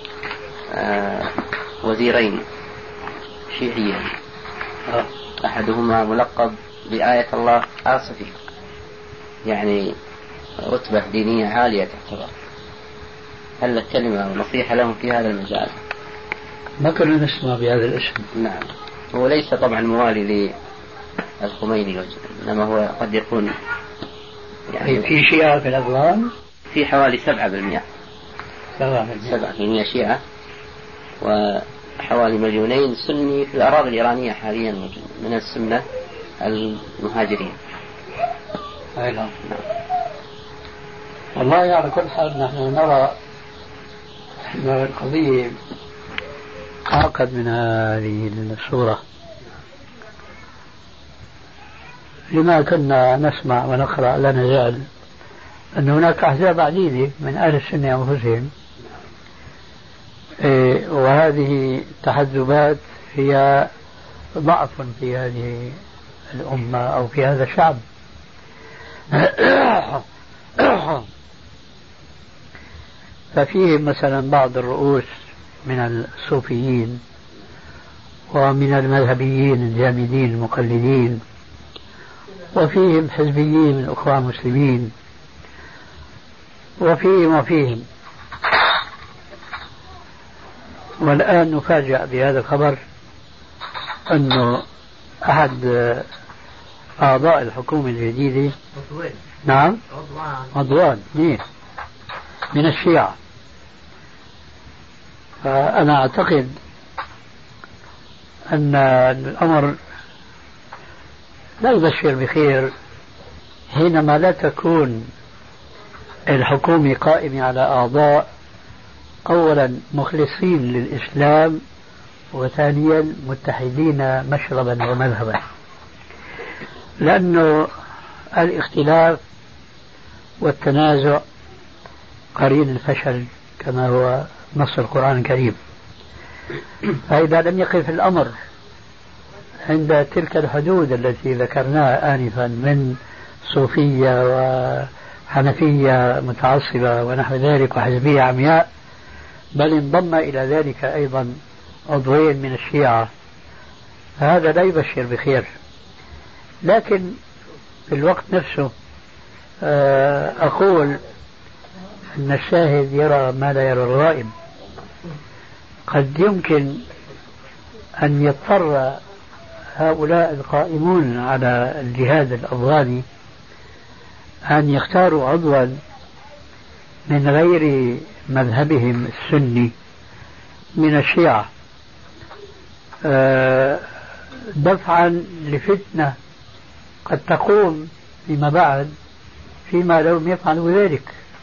وزيرين شيعيين، أحدهما ملقب بآية الله آصفي، يعني رتبة دينية عالية تعتبر. هل لك كلمة ونصيحة لهم في هذا المجال؟ ما كنا نسمع بهذا الاسم. نعم. هو ليس طبعا موالي للخميني، إنما هو قد يكون يعني في شيعة في الأفغان في حوالي سبعة بالمئة سبعة بالمئة شيعة، وحوالي مليونين سني في الأراضي الإيرانية حاليا من السنة المهاجرين. أي نعم. والله على كل حال نحن نرى أن القضية أعقد من هذه الصورة. لما كنا نسمع ونقرأ لا نزال أن هناك أحزاب عديدة من أهل السنة أنفسهم، إيه، وهذه تحزبات هي ضعف في هذه الأمة أو في هذا الشعب. ففيه مثلا بعض الرؤوس من الصوفيين ومن المذهبيين الجامدين المقلدين وفيهم حزبيين من الأخوة المسلمين، وفيهم وفيهم. والآن نفاجأ بهذا الخبر أنه أحد أعضاء الحكومة الجديدة نعم عضوان من الشيعة. فأنا أعتقد أن الأمر لا يبشر بخير حينما لا تكون الحكومة قائمة على أعضاء أولا مخلصين للإسلام، وثانيا متحدين مشربا ومذهبا، لأنه الاختلاف والتنازع قرين الفشل كما هو نص القرآن الكريم. فإذا لم يقف الأمر عند تلك الحدود التي ذكرناها آنفا من صوفية وحنفية متعصبة ونحو ذلك وحزبية عمياء، بل انضم إلى ذلك أيضا عضوين من الشيعة، هذا لا يبشر بخير. لكن في الوقت نفسه أقول أن الشاهد يرى ما لا يرى الغائب. قد يمكن أن يضطر هؤلاء القائمون على الجهاد الأفغاني أن يختاروا عضوا من غير مذهبهم السني من الشيعة دفعا لفتنة قد تقوم فيما بعد فيما لم يفعلوا ذلك.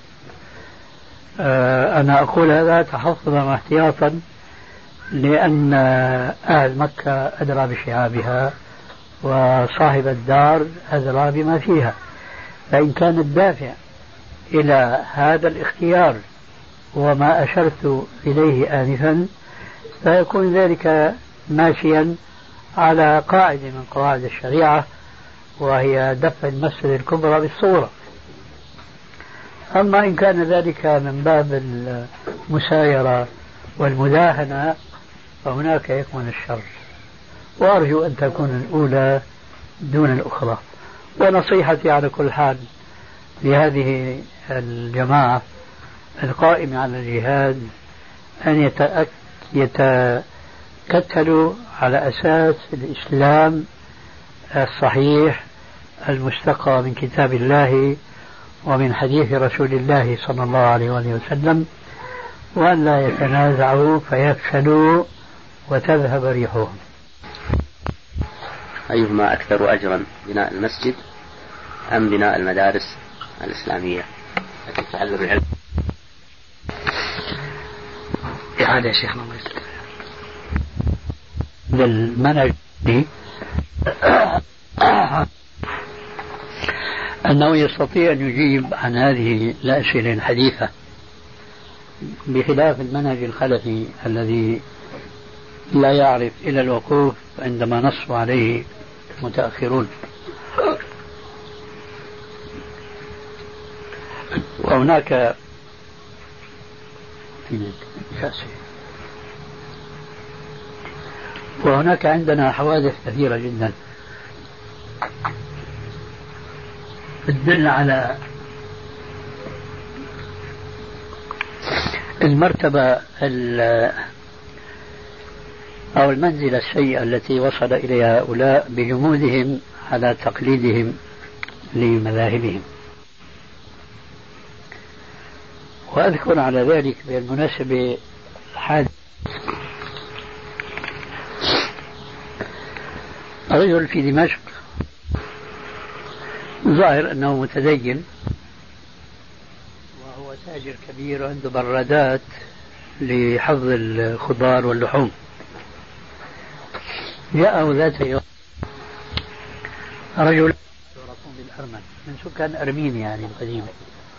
أنا أقول هذا تحفظا واحتياطا، لأن أهل مكة أدرى بشعابها وصاحب الدار أدرى بما فيها. فإن كان الدافع إلى هذا الاختيار وما أشرت إليه آنفا، فيكون ذلك ماشيا على قاعدة من قواعد الشريعة، وهي دفع المفسدة الكبرى بالصورة. أما إن كان ذلك من باب المسايرة والمداهنة فهناك يكمن الشر، وأرجو أن تكون الأولى دون الأخرى. ونصيحتي على كل حال لهذه الجماعة القائمة على الجهاد أن يتكتلوا على أساس الإسلام الصحيح المستقى من كتاب الله ومن حديث رسول الله صلى الله عليه وسلم، وأن لا يتنازعوا فيفشلوا وتذهب ريحهم. أيهما أكثر أجرا، بناء المسجد أم بناء المدارس الإسلامية التي تعلم العلم؟ إعادة يا شيخنا الله يسلمك. المنهج أنه يستطيع أن يجيب عن هذه الأسئلة الحديثة، بخلاف المنهج الخلفي الذي لا يعرف إلى الوقوف عندما نص عليه المتأخرون. وهناك وهناك عندنا حوادث كثيرة جدا تدل على المرتبة أو المنزلة السيئة التي وصل إليها هؤلاء بجمودهم على تقليدهم لمذاهبهم. وأذكر على ذلك بالمناسبة حادث رجل في دمشق ظاهر أنه متدين وهو تاجر كبير وعنده برادات لحفظ الخضار واللحوم. جاءه ذات يوم رجل يعرفون بالأرمن من سكان أرمينيا يعني القديمة،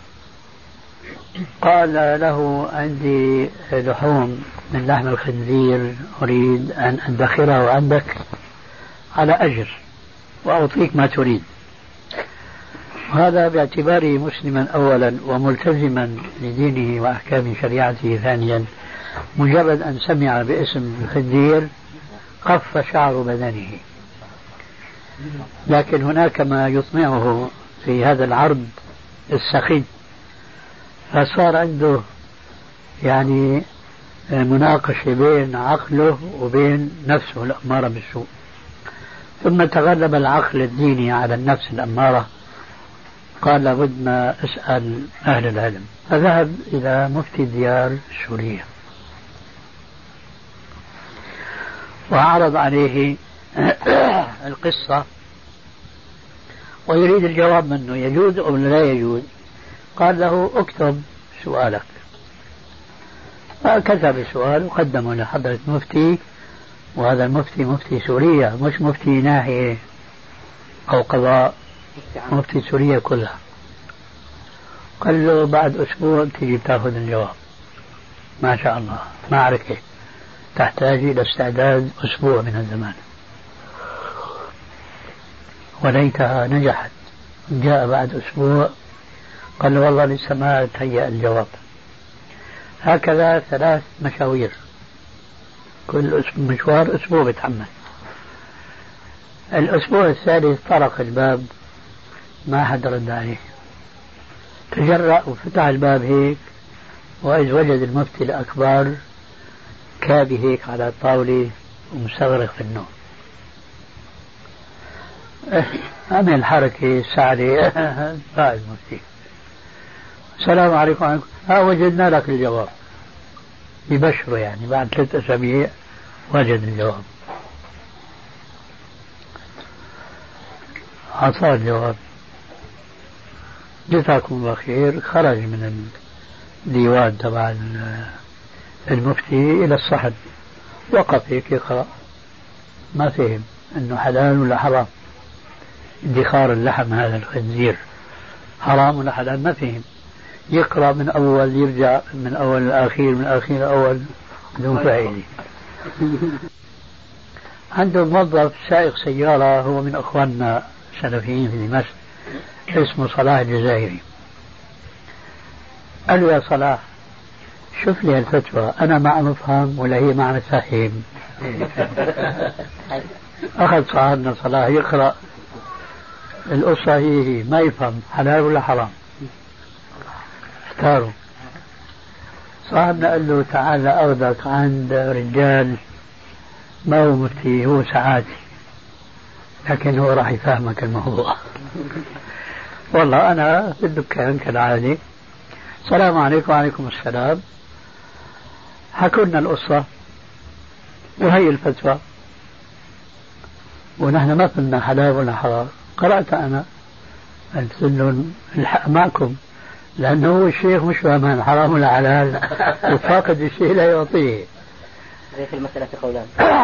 قال له عندي لحوم من لحم الخنزير أريد أن أدخرها عندك على أجر وأعطيك ما تريد. هذا باعتباره مسلما أولا وملتزما لدينه وأحكام شريعته ثانيا، مجرد أن سمع باسم الخنزير قف شعر بدنه. لكن هناك ما يطمعه في هذا العرض السخي، فصار عنده يعني مناقشة بين عقله وبين نفسه الأمارة بالسوء، ثم تغلب العقل الديني على النفس الأمارة، قال لابد ما أسأل أهل العلم، فذهب إلى مفتي ديار سوريا وعرض عليه القصة ويريد الجواب منه يجوز أو لا يجوز. قال له اكتب سؤالك، فكتب السؤال وقدمه لحضرة المفتي، وهذا المفتي مفتي سوريا مش مفتي ناحية أو قضاء، مفتي سوريا كلها. قال له بعد أسبوع تجي تأخذ الجواب. ما شاء الله معركة تحتاج إلى استعداد أسبوع من الزمان، وليتها نجحت. جاء بعد أسبوع قال له والله لسه ما تهيأ الجواب. هكذا ثلاث مشاوير، كل مشوار أسبوع بتحمل. الأسبوع الثالث طرق الباب ما حد رد عليه، تجرأ وفتح الباب هيك، وإذ وجد المفتي الأكبر كابي هيك على الطاولة ومستغرق في النوم. عمل حركة سعدة قال المفتي السلام عليكم. عليكم ها وجدنا لك الجواب، يبشره يعني بعد ثلاث أسابيع وجد الجواب. أعطاه الجواب، جزاكم الله خير. خرج من الديوان تبع المفتي إلى الصحن، وقف هيك يقرأ، ما فهم أنه حلال ولا حرام، ادخار اللحم هذا الخنزير حرام ولا حلال ما فهم. يقرأ من أول يرجع من أول الأخير من الأخير الأول بدون فائدة. عنده موظف سائق سيارة هو من أخواننا السلفيين في دمشق اسمه صلاح الجزائري. قال له يا صلاح شوف لي الفتوى، أنا ما عم أفهم ولا هي ما عم تفهم. أخذ صاحبنا صلاح يقرأ القصة، هي هي ما يفهم حلال ولا حرام. اختاروا. صاحبنا قال له تعال أخذك عند رجال ما هو مفتي، هو سعادي، لكن هو راح يفهمك الموضوع. والله أنا في الدكان كالعادة، السلام عليكم. وعليكم السلام. حكوا لنا القصة وهي الفتوى، ونحن ما قلنا حلال ولا حرام. قرأت أنا قلت لهم الحق معكم، لأنه هو الشيخ مش فاهمان حرام ولا حلال، وفاقد الشيء لا يعطيه. في المسألة قولان.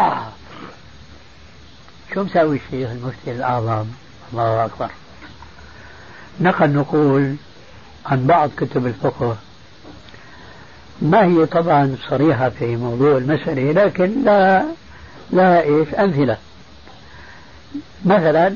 شو مساوي الشيخ المفتي الأعظم؟ الله أكبر. نقل نقول عن بعض كتب الفقه، ما هي طبعا صريحة في موضوع المسألة، لكن لا لا إيش أمثلة. مثلا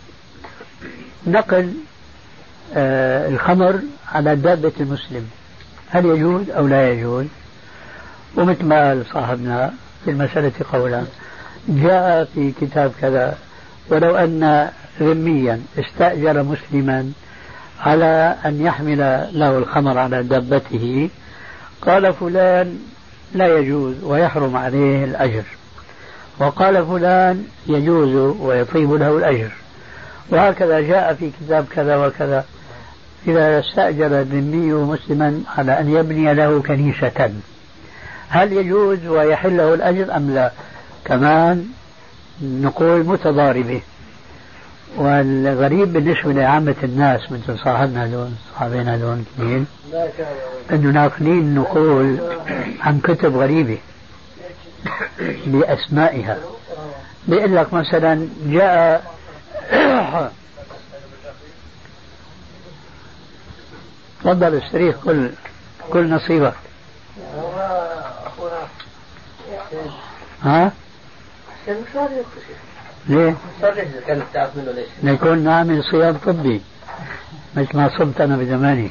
نقل آه الخمر على دابة المسلم، هل يجوز أو لا يجوز؟ ومثل ما قال صاحبنا في المسألة قولا، جاء في كتاب كذا ولو أن ذميا استأجر مسلما على أن يحمل له الخمر على دابته، قال فلان لا يجوز ويحرم عليه الأجر، وقال فلان يجوز ويطيب له الأجر، وهكذا جاء في كتاب كذا وكذا. إذا استأجر الذمي مسلما على أن يبني له كنيسة، هل يجوز ويحل له الأجر أم لا؟ كمان نقول متضاربة. والغريب بالنسبة لعامة الناس مثل صاحبنا دون صاحبنا دون اثنين، أنه ناقلين نقول عن كتب غريبة بأسمائها. بيقول لك مثلا جاء تفضل استريح كل كل نصيبك. ها؟ ليه؟ نكون نعمل صيام طبي مثل ما صمت أنا بزماني.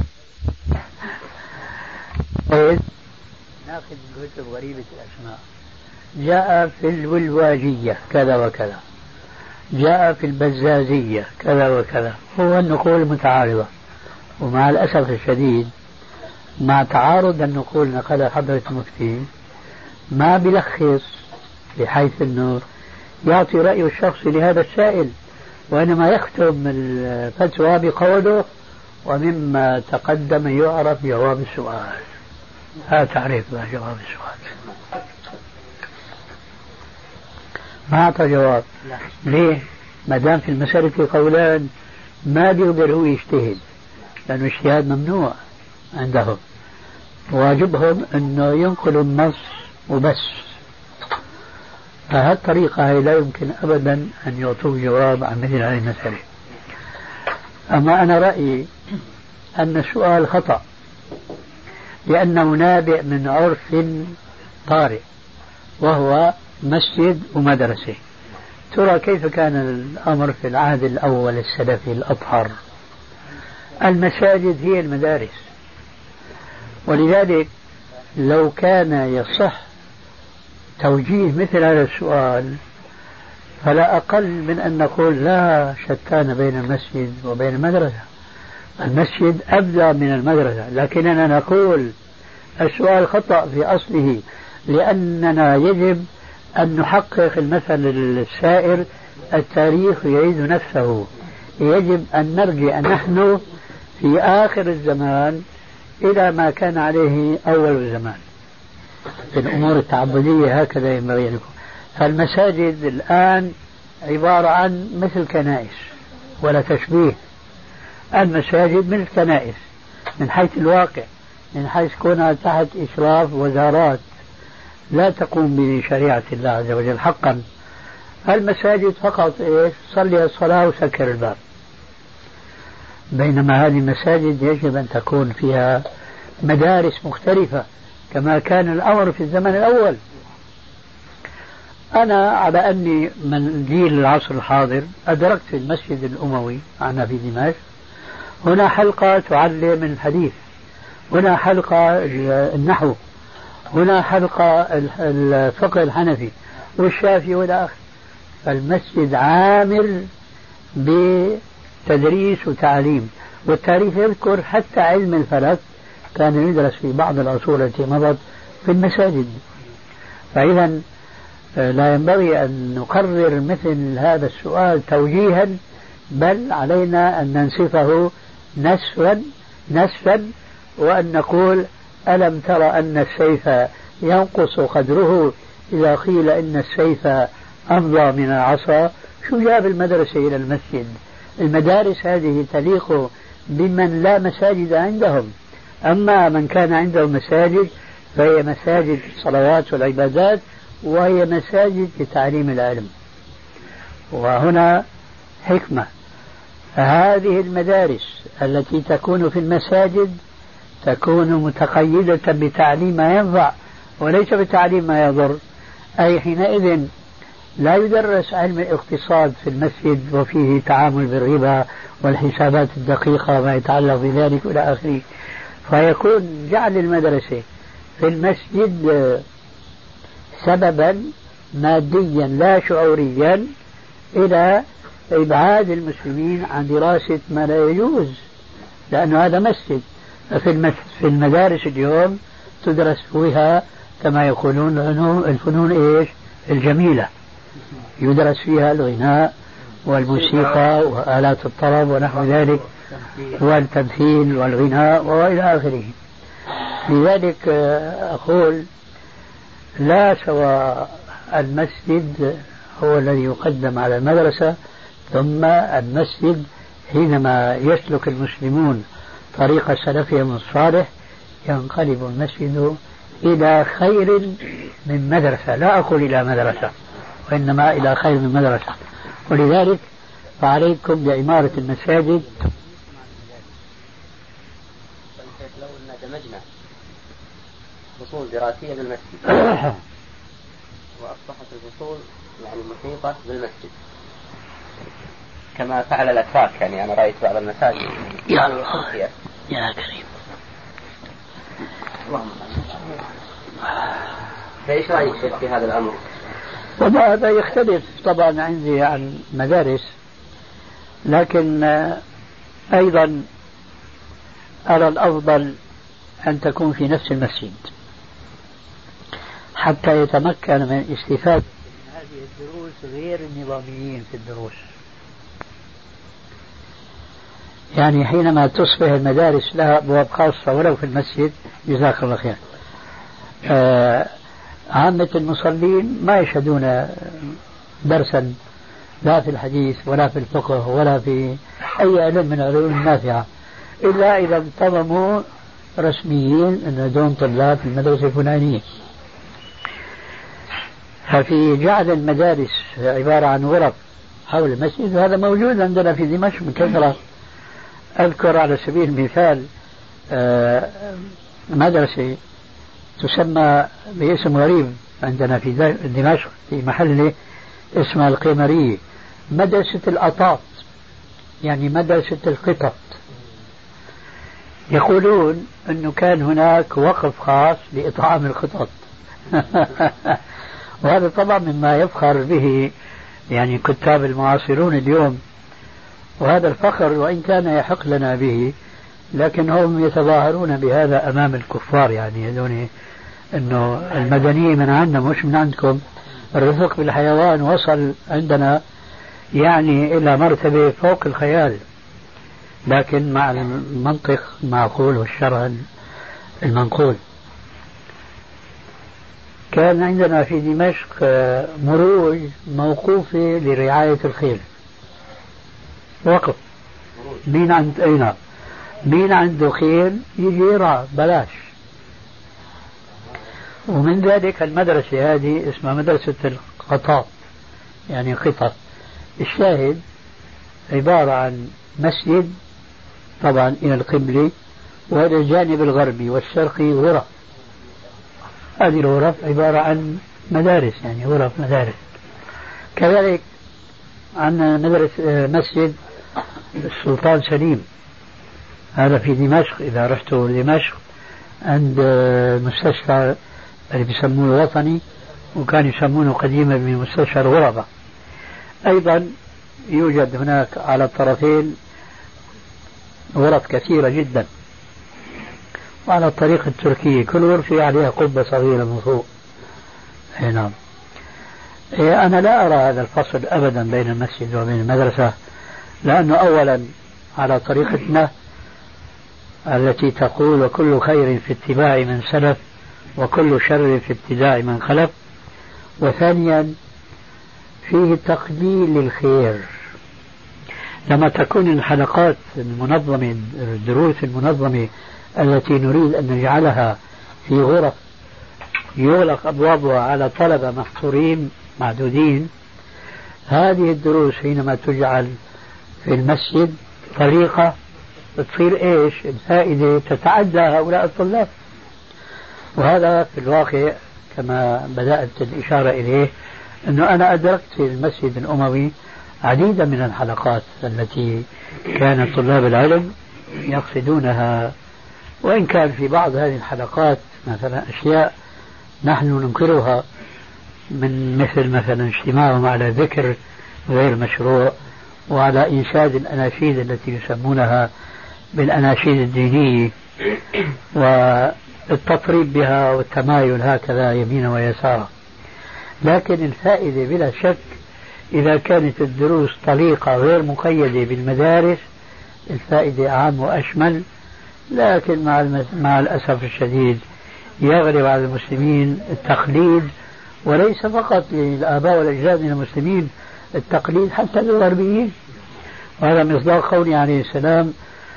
ناخذ كتب غريبة الأسماء. جاء في الولواجية كذا وكذا، جاء في البزازية كذا وكذا، هو النقول متعارضة. ومع الأسف الشديد مع تعارض النقول نقل حضرة المفتي ما بيلخص بحيث أنه يعطي رأيه الشخصي لهذا السائل، وإنما يختم الفتوى بقوله ومما تقدم يعرف جواب السؤال. هذا تعريف جواب السؤال، ما أعطى جواب. ليه؟ ما دام في المسألة في قولان ما بيقدر هو يجتهد، لأنه الاجتهاد ممنوع عندهم، واجبهم أنه ينقلوا النص وبس. فهذه الطريقة هي لا يمكن أبدا أن يعطوه جواب عن مثل هذه المسألة. أما أنا رأيي أن السؤال خطأ، لأنه نابع من عرف طارئ وهو مسجد ومدرسة. ترى كيف كان الأمر في العهد الأول السلفي الأطهر؟ المساجد هي المدارس، ولذلك لو كان يصح توجيه مثل هذا السؤال فلا أقل من أن نقول لا شتان بين المسجد وبين المدرسة. المسجد أبدى من المدرسة، لكننا نقول السؤال خطأ في أصله، لأننا يجب أن نحقق المثل السائر التاريخ يعيد نفسه. يجب أن نرجع نحن في آخر الزمان إلى ما كان عليه أول الزمان في الأمور التعبدية، هكذا ينبغي أن يكون. فالمساجد الآن عبارة عن مثل كنائس، ولا تشبيه. المساجد مثل كنائس من حيث الواقع، من حيث كونها تحت إشراف وزارات لا تقوم بشريعة الله عز وجل حقا. المساجد فقط إيش؟ صلي الصلاة وسكر الباب. بينما هذه المساجد يجب أن تكون فيها مدارس مختلفة كما كان الأمر في الزمن الأول. أنا على أني من جيل العصر الحاضر أدركت في المسجد الأموي أنا في دمشق هنا حلقة تعلم الحديث، هنا حلقة النحو، هنا حلقة الفقه الحنفي والشافعي والى آخره. فالمسجد عامر بتدريس وتعليم. والتاريخ يذكر حتى علم الفلك كان يدرس في بعض العصور التي مضت في المساجد. فإذا لا ينبغي أن نقرر مثل هذا السؤال توجيها، بل علينا أن ننسفه نسفا نسفا وأن نقول ألم ترى أن السيف ينقص قدره إذا قيل إن السيف أمضى من العصا؟ شو جاب المدرسة إلى المسجد؟ المدارس هذه تليق بمن لا مساجد عندهم، أما من كان عنده مساجد فهي مساجد الصلوات والعبادات، وهي مساجد لتعليم العلم. وهنا حكمة، هذه المدارس التي تكون في المساجد تكون متقيدة بتعليم ما ينفع وليس بتعليم ما يضر. أي حينئذ لا يدرس علم الاقتصاد في المسجد وفيه تعامل بالربا والحسابات الدقيقة وما يتعلق بذلك إلى آخره. فيكون جعل المدرسة في المسجد سببا ماديا لا شعوريا إلى إبعاد المسلمين عن دراسة ما لا يجوز، لأنه هذا مسجد. في المدارس اليوم تدرس فيها كما يقولون الفنون إيش الجميلة، يدرس فيها الغناء والموسيقى وآلات الطرب ونحو ذلك والتمثيل والغناء وإلى آخره. لذلك أقول لا سواء المسجد هو الذي يقدم على المدرسة، ثم المسجد حينما يسلك المسلمون طريق سلفهم الصالح ينقلب المسجد إلى خير من مدرسة. لا أقول إلى مدرسة، وإنما إلى خير من مدرسة. ولذلك فعليكم بإمارة المساجد. لو أن دمجنا فصول دراسية بالمسجد وأصبحت الفصول يعني محيطة بالمسجد كما فعل الأتراك، يعني أنا رأيت بعض المساجد يا الله يا كريم. فإيش رأيك في هذا الأمر؟ وهذا يختلف طبعا عندي عن مدارس، لكن أيضا أرى الأفضل أن تكون في نفس المسجد حتى يتمكن من الاستفادة من هذه الدروس غير النظاميين في الدروس. يعني حينما تصبح المدارس لها أبواب خاصة ولو في المسجد، جزاك الله خير، آه عامة المصلين ما يشهدون درسا لا في الحديث ولا في الفقه ولا في أي علم من العلوم النافعة، إلا إذا انتظموا رسميين أن دون طلاب في المدرسة الفلانية. ففي جعل المدارس عبارة عن غرف حول المسجد، هذا موجود عندنا في دمشق بكثرة. أذكر على سبيل المثال مدرسة تسمى باسم غريب عندنا في دمشق في محل اسمها القمرية، مدرسة الأطاط، يعني مدرسة القطط. يقولون أنه كان هناك وقف خاص لإطعام القطط. وهذا طبعا مما يفخر به يعني كتاب المعاصرون اليوم، وهذا الفخر وإن كان يحق لنا به، لكن هم يتظاهرون بهذا أمام الكفار، يعني يدون أنه المدنية من عندنا مش من عندكم. الرفق بالحيوان وصل عندنا يعني إلى مرتبة فوق الخيال، لكن مع المنطق المعقول والشرع المنقول. كان عندنا في دمشق مروج موقوفة لرعاية الخيل، وقف مين عند أين مين عنده خيل يجي يرعى بلاش. ومن ذلك المدرسة هذه اسمها مدرسة القطاط، يعني قطط. الشاهد عبارة عن مسجد طبعا إلى القبلة، وهذا الجانب الغربي والشرقي غرف. هذه الغرف عبارة عن مدارس، يعني غرف مدارس. كذلك عندنا مدرسة مسجد السلطان سليم، هذا في دمشق. إذا رحتوا دمشق عند مستشفى اللي بيسموه الوطني، وكان يسمونه قديما بمستشفى الغرباء، أيضا يوجد هناك على الطرفين غرف كثيرة جدا، وعلى الطريقة التركية كل غرفة عليها قبة صغيرة من فوق. نعم. أنا لا أرى هذا الفصل أبدا بين المسجد وبين المدرسة، لأنه أولا على طريقتنا التي تقول وكل خير في اتباع من سلف وكل شر في ابتداع من خلف، وثانيا فيه تقليل الخير. لما تكون الحلقات المنظمة، الدروس المنظمة التي نريد أن نجعلها في غرف يغلق أبوابها على طلبة محصورين معدودين، هذه الدروس حينما تجعل في المسجد طريقة تصير إيش الفائدة تتعدى هؤلاء الطلاب. وهذا في الواقع كما بدأت الإشارة إليه، أنه أنا أدركت في المسجد الأموي عديدا من الحلقات التي كان طلاب العلم يقصدونها، وإن كان في بعض هذه الحلقات مثلا أشياء نحن ننكرها، من مثل مثلا اجتماعهم على ذكر غير مشروع، وعلى إنشاد الأناشيد التي يسمونها بالأناشيد الدينية، والتطريب بها والتمايل هكذا يمينا ويسارا. لكن الفائدة بلا شك إذا كانت الدروس طليقة غير مقيدة بالمدارس الفائدة أعم وأشمل. لكن مع, مع الأسف الشديد يغلب على المسلمين التقليد، وليس فقط للآباء والأجداد من المسلمين، التقليد حتى للغربيين. وهذا مصداق قوله عليه السلام: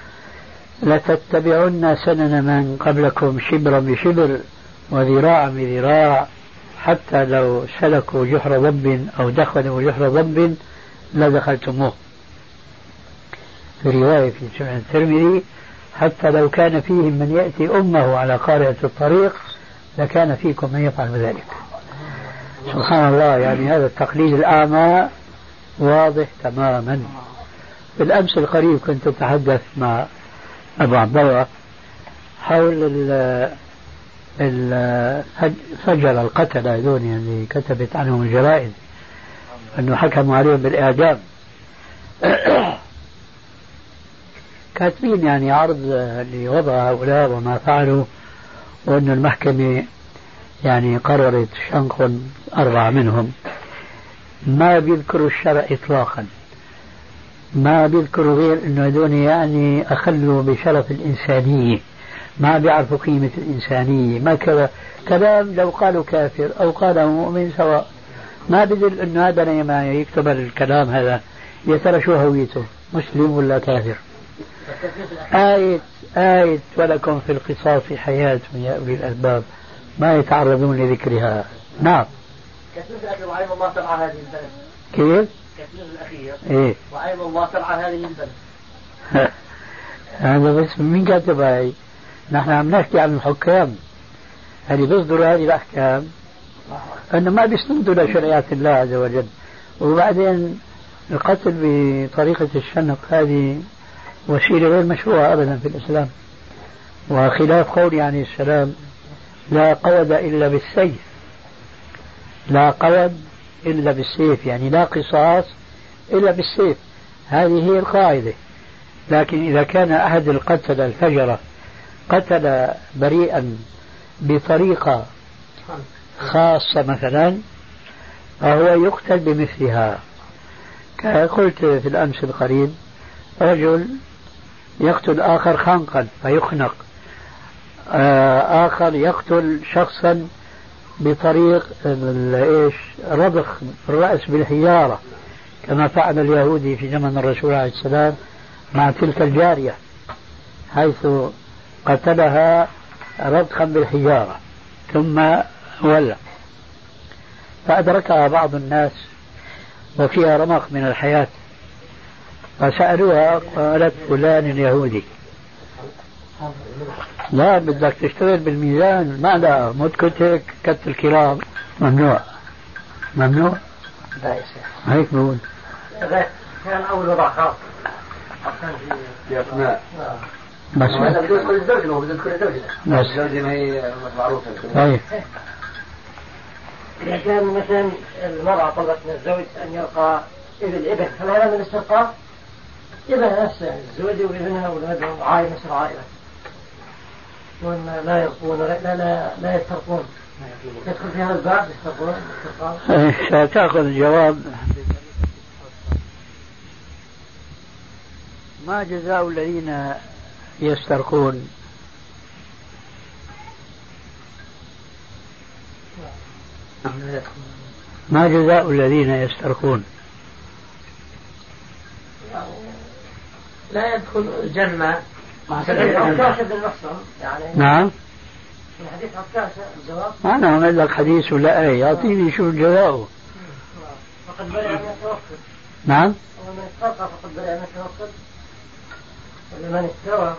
لتتبعن سنن من قبلكم شبرا بشبر وذراعا بذراع حتى لو سلكوا جحر ضب أو دخلوا جحر ضب لدخلتموه. في رواية في سنن الترمذي: حتى لو كان فيهم من يأتي أمه على قارعة الطريق لكان فيكم من يفعل ذلك. سبحان الله، يعني هذا التقليد الأعمى واضح تماما. بالأمس القريب كنت أتحدث مع أبو عبد الله حول فجر القتلة هذول اللي كتبت عنهم الجرائد أنه حكموا عليهم بالإعدام. كاتبين يعني عرض لوضع هؤلاء وما فعلوا، وأن المحكمة يعني قررت شنق أربعة منهم. ما بيذكروا الشرع إطلاقا، ما بيذكروا غير أنه هذول يعني أخلوا بشرف الإنسانية، ما بيعرفوا قيمة الإنسانية، ما كذا كلام. لو قالوا كافر أو قالوا مؤمن سواء، ما بدل أنه هذا لما يكتب الكلام هذا يا ترى شو هويته، مسلم ولا كافر. آية آية ولكم في القصاص حياة يا أولي الألباب ما يتعرضون لذكرها. نعم. كثير الأخير وعين الله ترعى هذه البلد. كيف؟ كثير الأخير. إيه. وعين الله ترعى هذه البلد. هذا بس مين كاتب هاي؟ نحن عم نحكي عن الحكام اللي بيصدروا هذه الأحكام أنه ما بيستندوا لشريعة الله عز وجل. وبعدين القتل بطريقة الشنق هذه وسيلة غير مشروعة أبدا في الإسلام، وخلاف قول عليه السلام لا قود إلا بالسيف، لا قود إلا بالسيف، يعني لا قصاص إلا بالسيف، هذه هي القاعدة. لكن إذا كان أحد القتل الفجرة قتل بريئا بطريقة خاصة مثلا فهو يقتل بمثلها. قلت في الأمس القريب رجل يقتل آخر خنقا فيخنق، آخر يقتل شخصا بطريق إيش رضخ الرأس بالحجارة كما فعل اليهودي في زمن الرسول عليه السلام مع تلك الجارية، حيث قتلها رضخا بالحجارة ثم ولى، فأدركها بعض الناس وفيها رمق من الحياة، فسألوها قالت فلان اليهودي. لا بدك تشتغل بالميزان، ما لا مت كنت هيك كت الكرام ممنوع ممنوع هيك بقول. كان أول وضع خاص في أثناء بس هذا بدون كل زوج هو بدون كل زوجة بس الزوجة ما هي معروفة. طيب إذا كان مثلا المرأة طلبت من الزوج أن يلقى ابن ابن هل هذا من الاسترقاق؟ ابن نفسه يعني الزوجة وابنها وولدهم عائلة مثل عائلة وأن لا يرقون لا لا لا يسترقون، يدخل في هذا الباب يسترقون الاسترقاق. ستأخذ الجواب. ما جزاء الذين يسترقون؟ ما جزاء الذين يسترقون؟ لا يدخل الجنة مع عكاشة بن محصن يعني. نعم. في حديث عكاشة الجواب. أنا أعمل لك حديث ولا أي يعطيني شو جزاؤه. فقد برئ من التوكل. نعم. ومن استرقى فقد برئ من التوكل. ولمن استوى.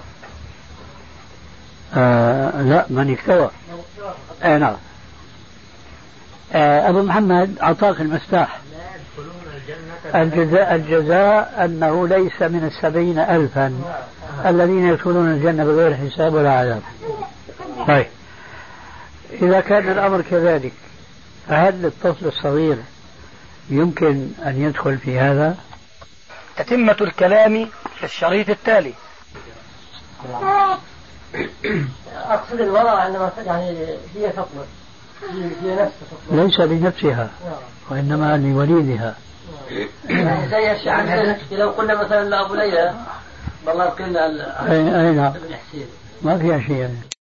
آه لا من اكتوى. اي نعم. آه أبو محمد أعطاك المفتاح. الجزاء الجزاء أنه ليس من السبعين ألفا الذين يدخلون الجنة بغير حساب ولا عذاب. طيب إذا كان الأمر كذلك فهل الطفل الصغير يمكن أن يدخل في هذا؟ تتمة الكلام في الشريط التالي. أقصد المرأة عندما يعني هي تطلب هي نفسها تطلب ليس بنفسها وإنما لوليدها. يعني زي الشعب لو قلنا مثلا لأبو ليلى والله قلنا أي أي نعم ما فيها شيء يعني.